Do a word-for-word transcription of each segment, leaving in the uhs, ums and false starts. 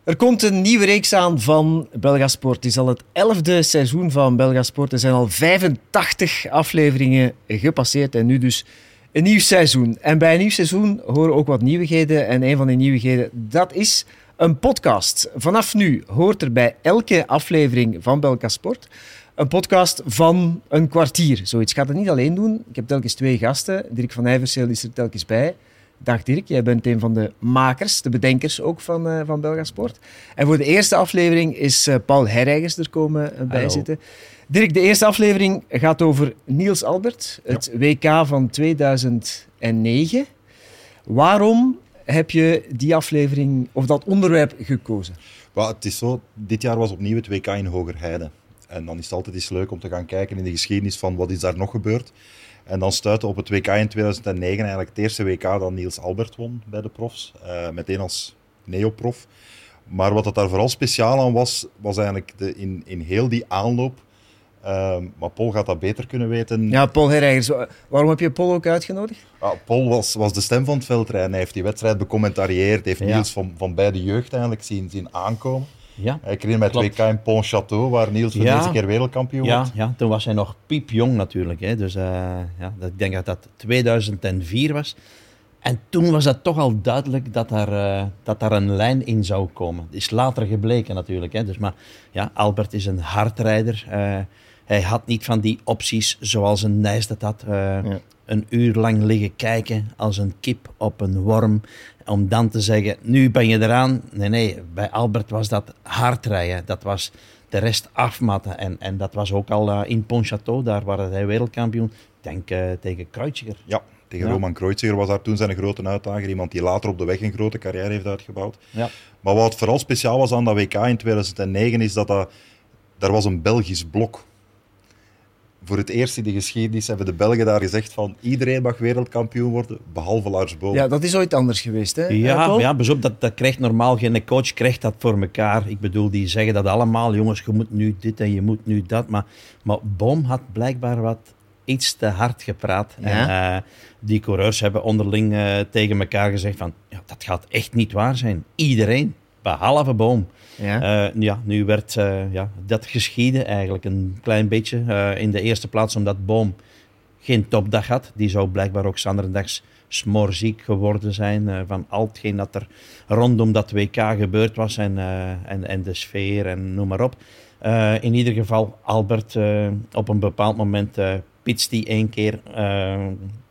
Er komt een nieuwe reeks aan van Belgasport. Het is al het elfde seizoen van Belgasport. Er zijn al vijfentachtig afleveringen gepasseerd en nu dus een nieuw seizoen. En bij een nieuw seizoen horen ook wat nieuwigheden. En een van die nieuwigheden, dat is een podcast. Vanaf nu hoort er bij elke aflevering van Belgasport een podcast van een kwartier. Zoiets gaat het niet alleen doen. Ik heb telkens twee gasten. Dirk van Nijverseel is er telkens bij. Dag Dirk, jij bent een van de makers, de bedenkers ook van, uh, van Belgasport. En voor de eerste aflevering is uh, Paul Herreigers er komen uh, bij zitten. Dirk, de eerste aflevering gaat over Niels Albert, het ja. W K van tweeduizend negen. Waarom heb je die aflevering of dat onderwerp gekozen? Well, het is zo, dit jaar was opnieuw het W K in Hoogerheide. En dan is het altijd eens leuk om te gaan kijken in de geschiedenis van wat is daar nog gebeurd. En dan stuiten op het W K in tweeduizend negen, eigenlijk het eerste W K dat Niels Albert won bij de profs. Uh, meteen als neoprof. Maar wat het daar vooral speciaal aan was, was eigenlijk de, in, in heel die aanloop. Uh, maar Paul gaat dat beter kunnen weten. Ja, Paul Herreigers. Waarom heb je Paul ook uitgenodigd? Uh, Paul was, was de stem van het veldrijden. Hij heeft die wedstrijd becommentarieerd. Heeft ja. Niels van, van bij de jeugd eigenlijk zien, zien aankomen. Ja, ik herinner me het W K in Pontchâteau, waar Niels voor ja. de eerste keer wereldkampioen ja, wordt. Ja, toen was hij nog piepjong natuurlijk. Hè. Dus uh, ja, ik denk dat dat tweeduizend vier was. En toen was het toch al duidelijk dat daar, uh, dat daar een lijn in zou komen. Het is later gebleken natuurlijk. Hè. Dus, maar ja, Albert is een hardrijder. Uh, hij had niet van die opties zoals een Nijs dat had. Uh, ja. Een uur lang liggen kijken als een kip op een worm. Om dan te zeggen, nu ben je eraan. Nee, nee, bij Albert was dat hardrijden. Dat was de rest afmatten. En, en dat was ook al uh, in Pontchâteau, daar waar hij wereldkampioen. Ik denk uh, tegen Kreuziger. Ja, tegen ja. Roman Kreuziger was daar toen zijn grote uitdager. Iemand die later op de weg een grote carrière heeft uitgebouwd. Ja. Maar wat vooral speciaal was aan dat W K in tweeduizend negen, is dat, dat daar was een Belgisch blok. Voor het eerst in de geschiedenis hebben de Belgen daar gezegd van iedereen mag wereldkampioen worden, behalve Lars Boom. Ja, dat is ooit anders geweest, hè? Ja, ja pas op, dat, dat krijgt normaal geen coach krijgt dat voor elkaar. Ik bedoel, die zeggen dat allemaal, jongens, je moet nu dit en je moet nu dat. Maar, maar Boom had blijkbaar wat iets te hard gepraat. Ja. En uh, die coureurs hebben onderling uh, tegen elkaar gezegd van, ja, dat gaat echt niet waar zijn. Iedereen, behalve Boom. Ja. Uh, ja, nu werd uh, ja, dat geschieden eigenlijk een klein beetje. Uh, in de eerste plaats omdat Boom geen topdag had. Die zou blijkbaar ook zanderdags smorziek geworden zijn uh, van al hetgeen dat er rondom dat W K gebeurd was en, uh, en, en de sfeer en noem maar op. Uh, in ieder geval, Albert uh, op een bepaald moment uh, pitst hij één keer. Uh,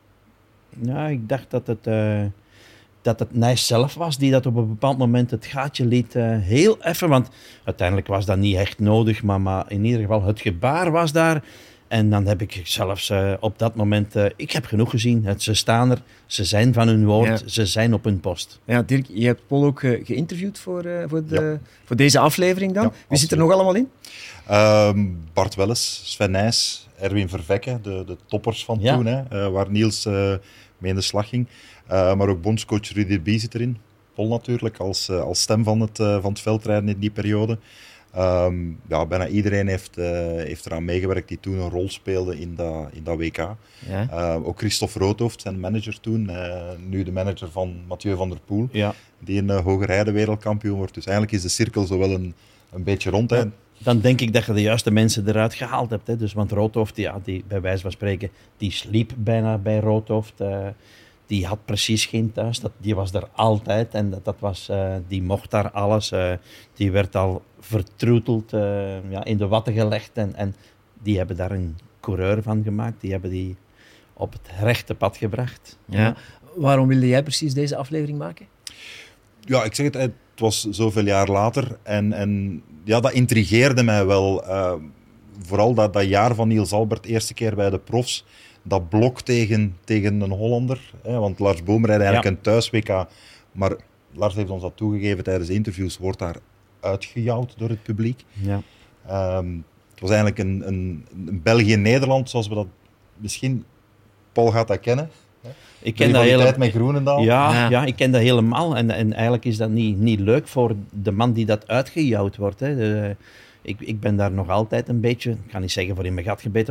ja, ik dacht dat het... Uh, dat het Nijs zelf was die dat op een bepaald moment het gaatje liet uh, heel even. Want uiteindelijk was dat niet echt nodig, maar, maar in ieder geval het gebaar was daar. En dan heb ik zelfs uh, op dat moment... Uh, ik heb genoeg gezien. Het, ze staan er, ze zijn van hun woord, ja. ze zijn op hun post. Ja, Dirk, je hebt Paul ook uh, geïnterviewd voor, uh, voor, de, ja. voor deze aflevering dan. Ja, Wie absoluut. Zit er nog allemaal in? Uh, Bart Welles, Sven Nijs, Erwin Vervekke, de, de toppers van ja. toen, hè, uh, waar Niels uh, mee in de slag ging. Uh, maar ook bondscoach Rudy Bie zit erin. Paul natuurlijk, als, uh, als stem van het, uh, van het veldrijden in die periode. Um, ja, bijna iedereen heeft, uh, heeft eraan meegewerkt die toen een rol speelde in dat, in dat W K. Ja. Uh, ook Christophe Roodhoofd, zijn manager toen. Uh, nu de manager van Mathieu van der Poel. Ja. Die een uh, Hoogerheide wereldkampioen wordt. Dus eigenlijk is de cirkel zo wel een, een beetje rond. Hè. Dan denk ik dat je de juiste mensen eruit gehaald hebt. Hè. Dus, want Roodhoofd, ja, die, bij wijze van spreken, die sliep bijna bij Roodhoofd. Uh, Die had precies geen thuis, dat, die was er altijd en dat, dat was, uh, die mocht daar alles. Uh, die werd al vertroeteld, uh, ja, in de watten gelegd en, en die hebben daar een coureur van gemaakt. Die hebben die op het rechte pad gebracht. Ja. Ja. Waarom wilde jij precies deze aflevering maken? Ja, ik zeg het, het was zoveel jaar later en, en ja, dat intrigeerde mij wel. Uh, vooral dat, dat jaar van Niels Albert, eerste keer bij de profs. Dat blok tegen, tegen een Hollander. Hè, want Lars Boom rijdt eigenlijk ja. een thuis-W K. Maar Lars heeft ons dat toegegeven tijdens de interviews. Wordt daar uitgejouwd door het publiek. Ja. Um, het was eigenlijk een, een, een België-Nederland zoals we dat misschien... Paul gaat dat kennen. Hè? Ik ken dat helemaal. Met Groenendaal. Ja, ja. ja, ik ken dat helemaal. En, en eigenlijk is dat niet, niet leuk voor de man die dat uitgejouwd wordt. Hè. De, ik, ik ben daar nog altijd een beetje... Ik ga niet zeggen voor in mijn gat gebeten, want...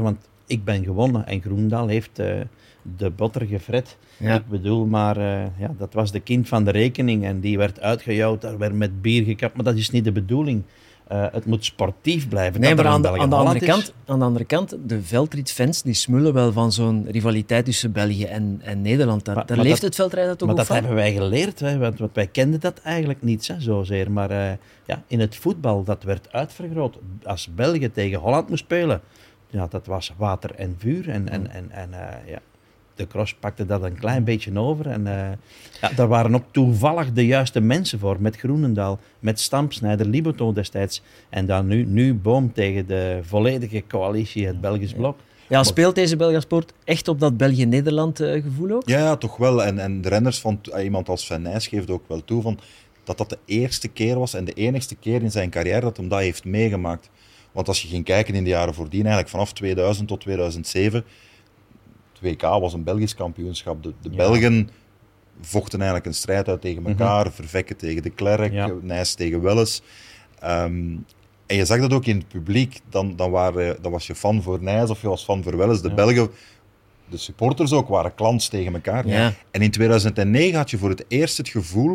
ik ben gewonnen en Groenendaal heeft uh, de botter gefret. Ja. Ik bedoel, maar uh, ja, dat was de kind van de rekening en die werd uitgejouwd, daar werd met bier gekapt, maar dat is niet de bedoeling. Uh, het moet sportief blijven. Nee, maar aan de, aan, de andere kant, aan de andere kant, de veldritfans die smullen wel van zo'n rivaliteit tussen België en, en Nederland. Daar, maar, daar maar leeft dat, het veldrijden toch maar ook van? Maar dat van? hebben wij geleerd, hè, want, want wij kenden dat eigenlijk niet hè, zozeer. Maar uh, ja, in het voetbal, dat werd uitvergroot. Als België tegen Holland moest spelen, ja, dat was water en vuur. En, en, en, en uh, ja, de cross pakte dat een klein beetje over. En uh, ja, daar waren ook toevallig de juiste mensen voor. Met Groenendaal, met Stampsnijder, Liboton destijds. En dan nu, nu Boom tegen de volledige coalitie, het Belgisch Blok. Ja, speelt deze Belgasport echt op dat België-Nederland uh, gevoel ook? Ja, ja, toch wel. En, en de renners van iemand als Van Nys geeft ook wel toe van dat dat de eerste keer was en de enigste keer in zijn carrière dat hij dat heeft meegemaakt. Want als je ging kijken in de jaren voordien, eigenlijk vanaf tweeduizend tot tweeduizend zeven... W K was een Belgisch kampioenschap. De, de ja. Belgen vochten eigenlijk een strijd uit tegen elkaar. Mm-hmm. Vervekken tegen de Klerk, ja. Nys tegen Welles. Um, en je zag dat ook in het publiek. Dan, dan, waren, dan was je fan voor Nys of je was fan voor Welles. De ja. Belgen, de supporters ook, waren klants tegen elkaar. Ja. En in tweeduizend negen had je voor het eerst het gevoel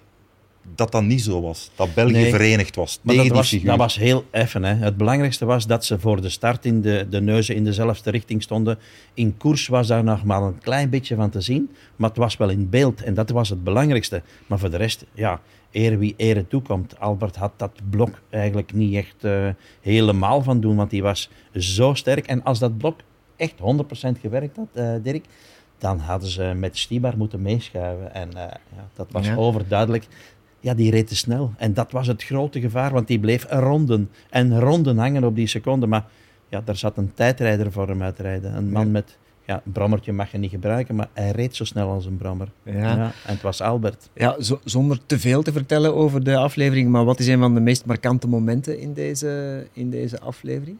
dat dat niet zo was. Dat België nee. verenigd was maar tegen dat die was, dat was heel effen. Hè. Het belangrijkste was dat ze voor de start in de, de neuzen in dezelfde richting stonden. In koers was daar nog maar een klein beetje van te zien, maar het was wel in beeld en dat was het belangrijkste. Maar voor de rest, ja, eer wie ere toekomt. Albert had dat blok eigenlijk niet echt uh, helemaal van doen, want die was zo sterk. En als dat blok echt honderd procent gewerkt had, uh, Dirk, dan hadden ze met Stibar moeten meeschuiven. En uh, ja, dat was ja. overduidelijk. Ja, die reed te snel. En dat was het grote gevaar, want die bleef ronden en ronden hangen op die seconde. Maar ja, daar zat een tijdrijder voor hem uitrijden. Een man ja. met, ja, een brommertje mag je niet gebruiken, maar hij reed zo snel als een brommer. Ja. Ja, en het was Albert. Ja, zo, zonder te veel te vertellen over de aflevering, maar wat is een van de meest markante momenten in deze, in deze aflevering?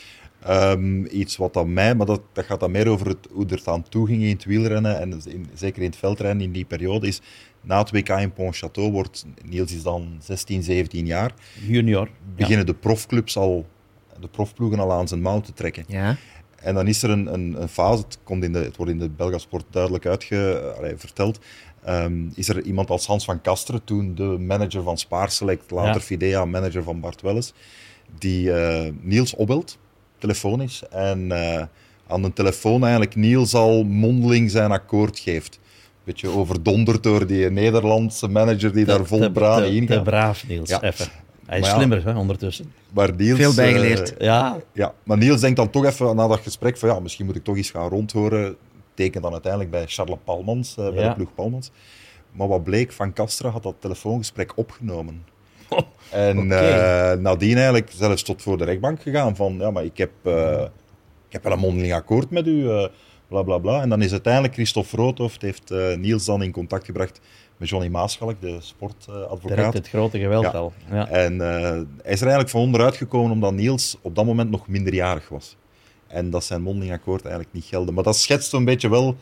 Um, iets wat aan mij, maar dat, dat gaat dan meer over het, hoe het aan toe ging in het wielrennen en in, zeker in het veldrennen in die periode, is na het W K in Pontchâteau wordt, Niels is dan zestien, zeventien jaar, junior, beginnen ja. de profclubs al, de profploegen al aan zijn mouw te trekken. Ja. En dan is er een, een, een fase, het, komt in de, het wordt in de Belgasport duidelijk uitge, allee, verteld, um, is er iemand als Hans van Kasteren, toen de manager van Spaarselect, later ja. Fidea, manager van Bart Welles, die uh, Niels opbelt, telefonisch, en uh, aan de telefoon eigenlijk Niels al mondeling zijn akkoord geeft. Beetje overdonderd door die Nederlandse manager die te, daar vol braaf in gaat. Te braaf, Niels, ja. even. Hij is maar slimmer, ja, hè, ondertussen. Maar Niels, veel bijgeleerd. Uh, ja. ja. Maar Niels denkt dan toch even na dat gesprek van ja, misschien moet ik toch eens gaan rondhoren. Tekent dan uiteindelijk bij Charles Palmans, uh, bij ja. de ploeg Palmans. Maar wat bleek, Van Kasteren had dat telefoongesprek opgenomen. Oh, en okay. uh, nadien eigenlijk zelfs tot voor de rechtbank gegaan van ja, maar ik heb, uh, ik heb wel een mondeling akkoord met u, uh, bla bla bla. En dan is uiteindelijk Christophe Roodhoofd heeft uh, Niels dan in contact gebracht met Johnny Maaschalk, de sportadvocaat. Uh, Direct het grote geweld ja. al. Ja. En uh, hij is er eigenlijk van onderuit gekomen omdat Niels op dat moment nog minderjarig was. En dat zijn mondeling akkoord eigenlijk niet gelden. Maar dat schetst een beetje wel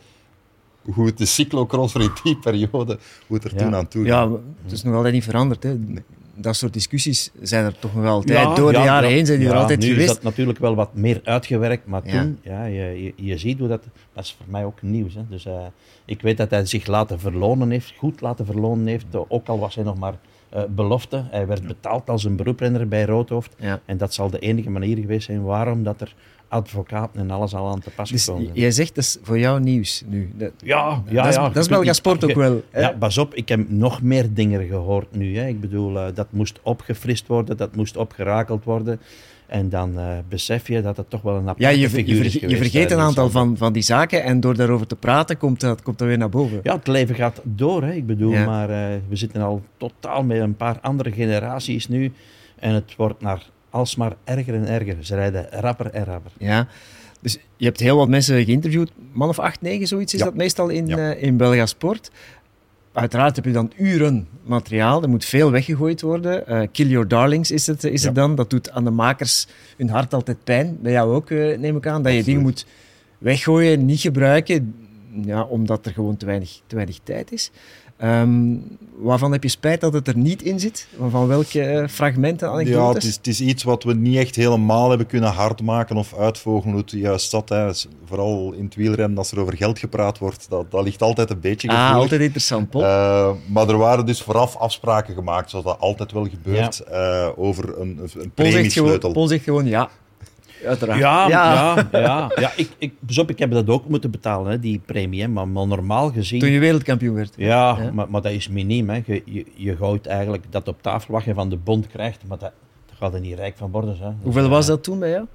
hoe het de cyclocross in die periode, hoe het er ja. toen aan toe ging. Ja, het is nog altijd niet veranderd. Hè. Nee. Dat soort discussies zijn er toch nog altijd. Ja, door de ja, jaren ja, heen zijn die ja, er altijd nu geweest. Nu is dat natuurlijk wel wat meer uitgewerkt, maar ja. toen, ja, je, je, je ziet hoe dat... Dat is voor mij ook nieuws. Hè. Dus uh, ik weet dat hij zich laten verlonen heeft, goed laten verlonen heeft, ook al was hij nog maar uh, belofte. Hij werd betaald als een beroeprenner bij Roodhoofd. Ja. En dat zal de enige manier geweest zijn waarom dat er advocaten en alles al aan te pas dus gekomen. Jij zegt, dat is voor jou nieuws nu. Dat, ja, ja, dat is, ja. Dat is Belgasport ook wel. Hè? Ja, pas op, ik heb nog meer dingen gehoord nu. Hè. Ik bedoel, uh, dat moest opgefrist worden, dat moest opgerakeld worden. En dan uh, besef je dat het toch wel een aparte ja, je, figuur je, is je geweest. Je vergeet een aantal van, van die zaken en door daarover te praten komt dat, komt dat weer naar boven. Ja, het leven gaat door. Hè. Ik bedoel, ja. maar uh, we zitten al totaal met een paar andere generaties nu. En het wordt naar alsmaar erger en erger. Ze rijden rapper en rapper. Ja. Dus je hebt heel wat mensen geïnterviewd, man of acht, negen, zoiets is ja. dat meestal in, ja. uh, in Belgasport. Uiteraard heb je dan uren materiaal, er moet veel weggegooid worden. Uh, Kill Your Darlings is het, is ja. het dan. Dat doet aan de makers hun hart altijd pijn. Bij jou ook, uh, neem ik aan, dat Absoluut. Je dingen moet weggooien, niet gebruiken. ja, omdat er gewoon te weinig, te weinig tijd is. Um, waarvan heb je spijt dat het er niet in zit? Van welke uh, fragmenten, anekdotes? Ja, het is, het is iets wat we niet echt helemaal hebben kunnen hardmaken of uitvogelen hoe het juist zat. Hè. Vooral in het wielrennen, als er over geld gepraat wordt, dat, dat ligt altijd een beetje gevoelig. Ah, altijd interessant, Paul. Uh, maar er waren dus vooraf afspraken gemaap, zoals dat altijd wel gebeurt, ja. uh, over een, een premiesleutel. Paul zegt gewoon ja. Uiteraard. Ja, ja. ja, ja, ja. Ik, ik, pas op, ik heb dat ook moeten betalen, hè, die premie. Hè, maar, maar normaal gezien... Toen je wereldkampioen werd. Ja, ja. Maar, maar dat is miniem. Hè. Je, je, je gooit eigenlijk dat op tafel wat je van de bond krijgt, maar dat, dat gaat er niet rijk van worden. Hè. Hoeveel was dat toen bij jou?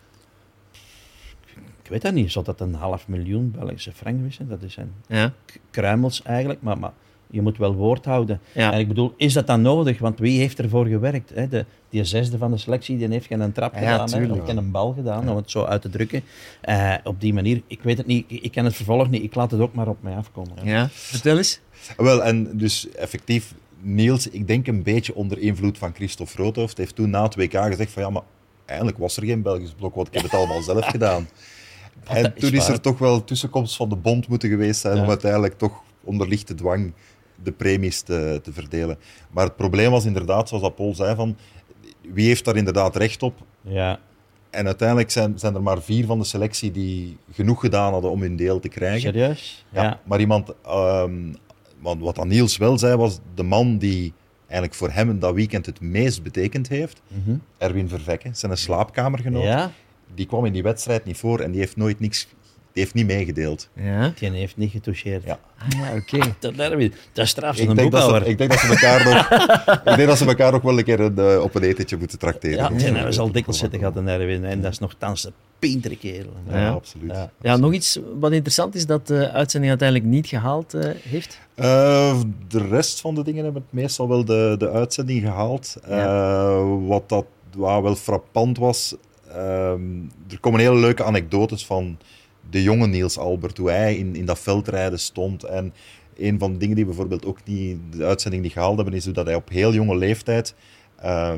Ik weet dat niet. Zou dat een half miljoen Belgische frank zijn? Dat zijn ja. kruimels eigenlijk, maar... maar je moet wel woord houden. Ja. En ik bedoel, is dat dan nodig? Want wie heeft ervoor gewerkt? Hè? De, die zesde van de selectie die heeft geen trap ja, gedaan, hè? Of geen een bal gedaan, ja. om het zo uit te drukken. Uh, op die manier, ik weet het niet, ik, ik ken het vervolg niet, ik laat het ook maar op mij afkomen. Hè? Ja, vertel eens. Wel, en dus effectief, Niels, ik denk een beetje onder invloed van Christophe Roodhoofd, heeft toen na het W K gezegd van ja, maar eigenlijk was er geen Belgisch blok, want ik heb het allemaal zelf gedaan. En toen is, is er toch wel tussenkomst van de bond moeten geweest zijn ja. om uiteindelijk toch onder lichte dwang de premies te, te verdelen. Maar het probleem was inderdaad, zoals dat Paul zei, van wie heeft daar inderdaad recht op? Ja. En uiteindelijk zijn, zijn er maar vier van de selectie die genoeg gedaan hadden om hun deel te krijgen. Serieus? Ja. ja. Maar iemand, um, wat dan Niels wel zei, was de man die eigenlijk voor hem dat weekend het meest betekend heeft, mm-hmm. Erwin Vervekke, zijn slaapkamergenoot. Ja. Die kwam in die wedstrijd niet voor en die heeft nooit niks... Die heeft niet meegedeeld. Ja. Die heeft niet getoucheerd. Ja. Ah, ja, oké. Okay. Dat dat is straf, ik een denk dat boekhouder. ze, Ik denk dat ze elkaar nog, ik denk dat ze elkaar nog wel een keer een, uh, op een etentje moeten trakteren. Ja, die hebben ze al dikwijls zitten gehad in Erwin. En dat is nog thans een pintere kerel. Ja, ja, absoluut. Ja. Ja, nog iets wat interessant is dat de uitzending uiteindelijk niet gehaald uh, heeft? Uh, de rest van de dingen hebben het meestal wel de, de uitzending gehaald. Ja. Uh, wat dat wat wel frappant was, uh, er komen hele leuke anekdotes van de jonge Niels Albert, hoe hij in, in dat veldrijden stond. En een van de dingen die bijvoorbeeld ook niet, de uitzending niet gehaald hebben, is dat hij op heel jonge leeftijd uh,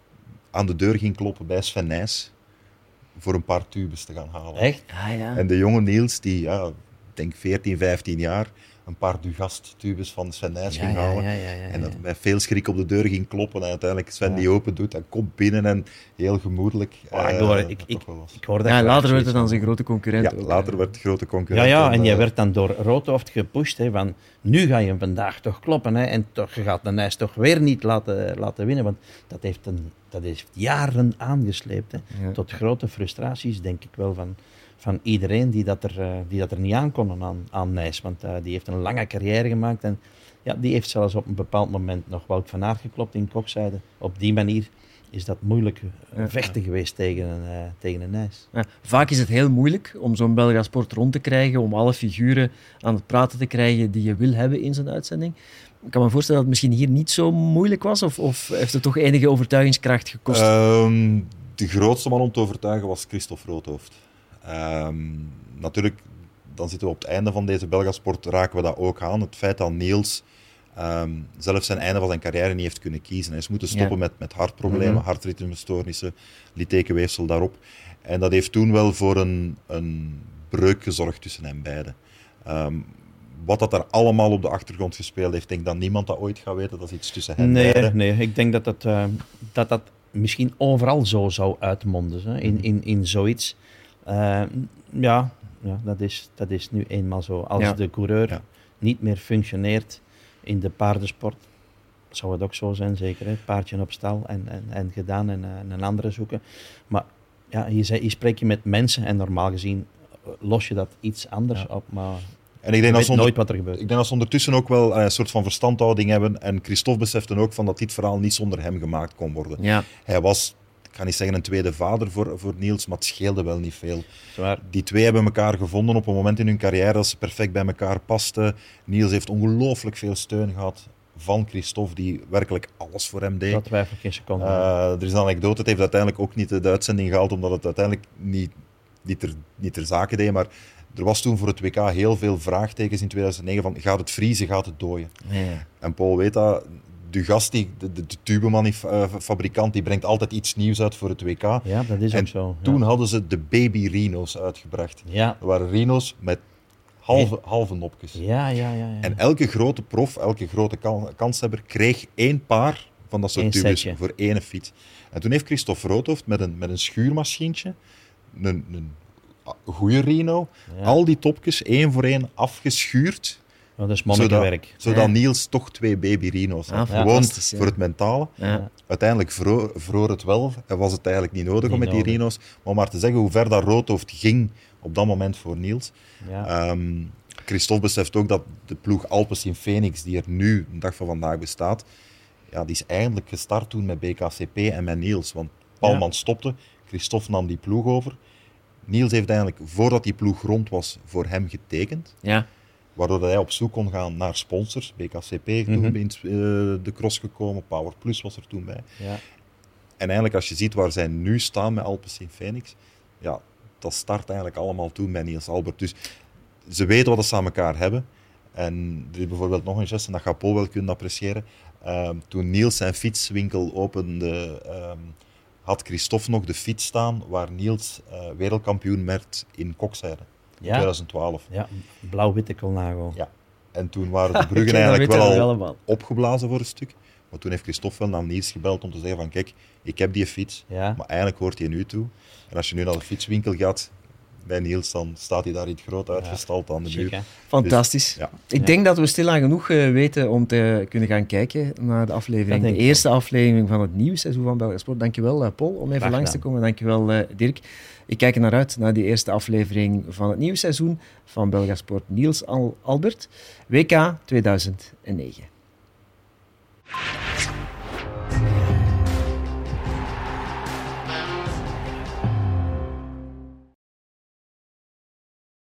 aan de deur ging kloppen bij Sven Nys voor een paar tubes te gaan halen. Echt? Ah, ja. En de jonge Niels, die, ja, ik denk veertien, vijftien jaar, een paar Dugast-tubes van Sven Nys ja, ging ja, halen. Ja, ja, ja, ja. En dat met veel schrik op de deur ging kloppen. En uiteindelijk Sven ja. die open doet en komt binnen en heel gemoedelijk. Oh, ik, hoor, uh, ik, ik, ik hoor dat ja, later werd het dan zijn grote concurrent. Ja, ook, later hè. werd de grote concurrent. Ja, ja, en uh, je werd dan door Roodhoofd gepusht. Hè, van, nu ga je hem vandaag toch kloppen. Hè, en toch, je gaat de Nys toch weer niet laten, laten winnen. Want dat heeft, een, dat heeft jaren aangesleept. Hè, ja. Tot grote frustraties, denk ik wel, van... van iedereen die dat er, uh, die dat er niet aankonden aan, aan Nys. Want uh, die heeft een lange carrière gemaakt. En ja, die heeft zelfs op een bepaald moment nog Wout van Aert geklopt in Kokzijde. Op die manier is dat moeilijk uh, ja. vechten geweest tegen een, uh, tegen een Nys. Ja, vaak is het heel moeilijk om zo'n Belgasport rond te krijgen, om alle figuren aan het praten te krijgen die je wil hebben in zo'n uitzending. Ik kan me voorstellen dat het misschien hier niet zo moeilijk was, of, of heeft het toch enige overtuigingskracht gekost? Um, de grootste man om te overtuigen was Christophe Roodhoofd. Um, natuurlijk, dan zitten we op het einde van deze Belgasport, raken we dat ook aan. Het feit dat Niels um, zelf zijn einde van zijn carrière niet heeft kunnen kiezen. Hij is moeten stoppen ja. met, met hartproblemen, mm-hmm. hartritmestoornissen, littekenweefsel daarop. En dat heeft toen wel voor een, een breuk gezorgd tussen hen beiden. Um, wat dat er allemaal op de achtergrond gespeeld heeft, denk ik dat niemand dat ooit gaat weten. Dat is iets tussen hen nee, beiden. Nee, ik denk dat dat, uh, dat dat misschien overal zo zou uitmonden, hè, in, in, in zoiets. Uh, ja, ja dat, is, dat is nu eenmaal zo. Als ja. de coureur ja. niet meer functioneert in de paardensport, zou het ook zo zijn, zeker. Hè? Paardje op stal en, en, en gedaan en, en een andere zoeken. Maar ja, hier, hier spreek je met mensen en normaal gezien los je dat iets anders ja. op. Maar en ik denk je dat weet nooit wat er gebeurt. Ik denk dat ze ondertussen ook wel een soort van verstandhouding hebben. En Christophe besefte ook van dat dit verhaal niet zonder hem gemaakt kon worden. Ja. Hij was... Ik ga niet zeggen een tweede vader voor, voor Niels, maar het scheelde wel niet veel. Zwaar. Die twee hebben elkaar gevonden op een moment in hun carrière dat ze perfect bij elkaar pasten. Niels heeft ongelooflijk veel steun gehad van Christophe, die werkelijk alles voor hem deed. Dat twijfel ik geen seconde. Uh, er is een anekdote, het heeft uiteindelijk ook niet de uitzending gehaald, omdat het uiteindelijk niet, niet, ter, niet ter zake deed, maar er was toen voor het W K heel veel vraagtekens in tweeduizend negen van gaat het vriezen, gaat het dooien? Ja. En Paul weet dat... Dugast, die, de, de, de tubeman-fabrikant, die brengt altijd iets nieuws uit voor het W K. Ja, dat is en ook zo. Ja. Toen hadden ze de baby Reno's uitgebracht. Ja. Dat waren Reno's met Halve, halve nopjes. Ja, ja, ja. ja. En elke grote prof, elke grote kan, kanshebber kreeg één paar van dat soort Eén tubes setje. voor één fiets. En toen heeft Christophe Roodhoofd met een, met een schuurmachientje, een, een goede Rino, Ja. al die topjes één voor één afgeschuurd. Oh, dat is monnikenwerk. Zodat Ja. Niels toch twee baby Rino's had. Ah, Gewoon fantastisch, ja. voor het mentale. Ja. Uiteindelijk vro vroor het wel en was het eigenlijk niet nodig Niet om met die nodig. Rino's. Maar om maar te zeggen hoe ver dat Roodhoofd ging op dat moment voor Niels. Ja. Ehm, Christophe beseft ook dat de ploeg Alpecin Phoenix, die er nu, de dag van vandaag, bestaat, ja, die is eigenlijk gestart toen met B K C P en met Niels. Want Palman Ja. stopte, Christophe nam die ploeg over. Niels heeft eigenlijk, voordat die ploeg rond was, voor hem getekend. Ja. Waardoor hij op zoek kon gaan naar sponsors. B K C P toen Mhm. in uh, de cross gekomen, Power Plus was er toen bij. Ja. En eigenlijk als je ziet waar zij nu staan met Alpecin Phoenix, ja, dat start eigenlijk allemaal toen bij Niels Albert. Dus ze weten wat ze aan elkaar hebben. En er is bijvoorbeeld nog een gest, en dat gaat Paul wel kunnen appreciëren. Um, toen Niels zijn fietswinkel opende, um, had Christophe nog de fiets staan waar Niels uh, wereldkampioen werd in Kokzijde in Ja. twintig twaalf. Ja, blauw-witte Colnago. Ja. En toen waren de Oké, bruggen dat eigenlijk weten wel we al allemaal. opgeblazen voor een stuk. Maar toen heeft Christophe wel naar Niels gebeld om te zeggen van kijk, ik heb die fiets, Ja. maar eigenlijk hoort hij nu toe. En als je nu naar de fietswinkel gaat bij Niels, dan staat hij daar in het groot uitgestald aan de Chic, muur. hè? Fantastisch. Ja. Ik Ja. denk dat we stilaan genoeg uh, weten om te kunnen gaan kijken naar de aflevering. Dat De denk ik eerste aflevering van het nieuwe seizoen van Belgisch Sport. Dankjewel uh, Paul om even Graag langs te gedaan. komen. Dankjewel uh, Dirk. Ik kijk er naar uit, naar die eerste aflevering van het nieuwe seizoen van Belgisch Sport. Niels Al- Albert, W K tweeduizend negen.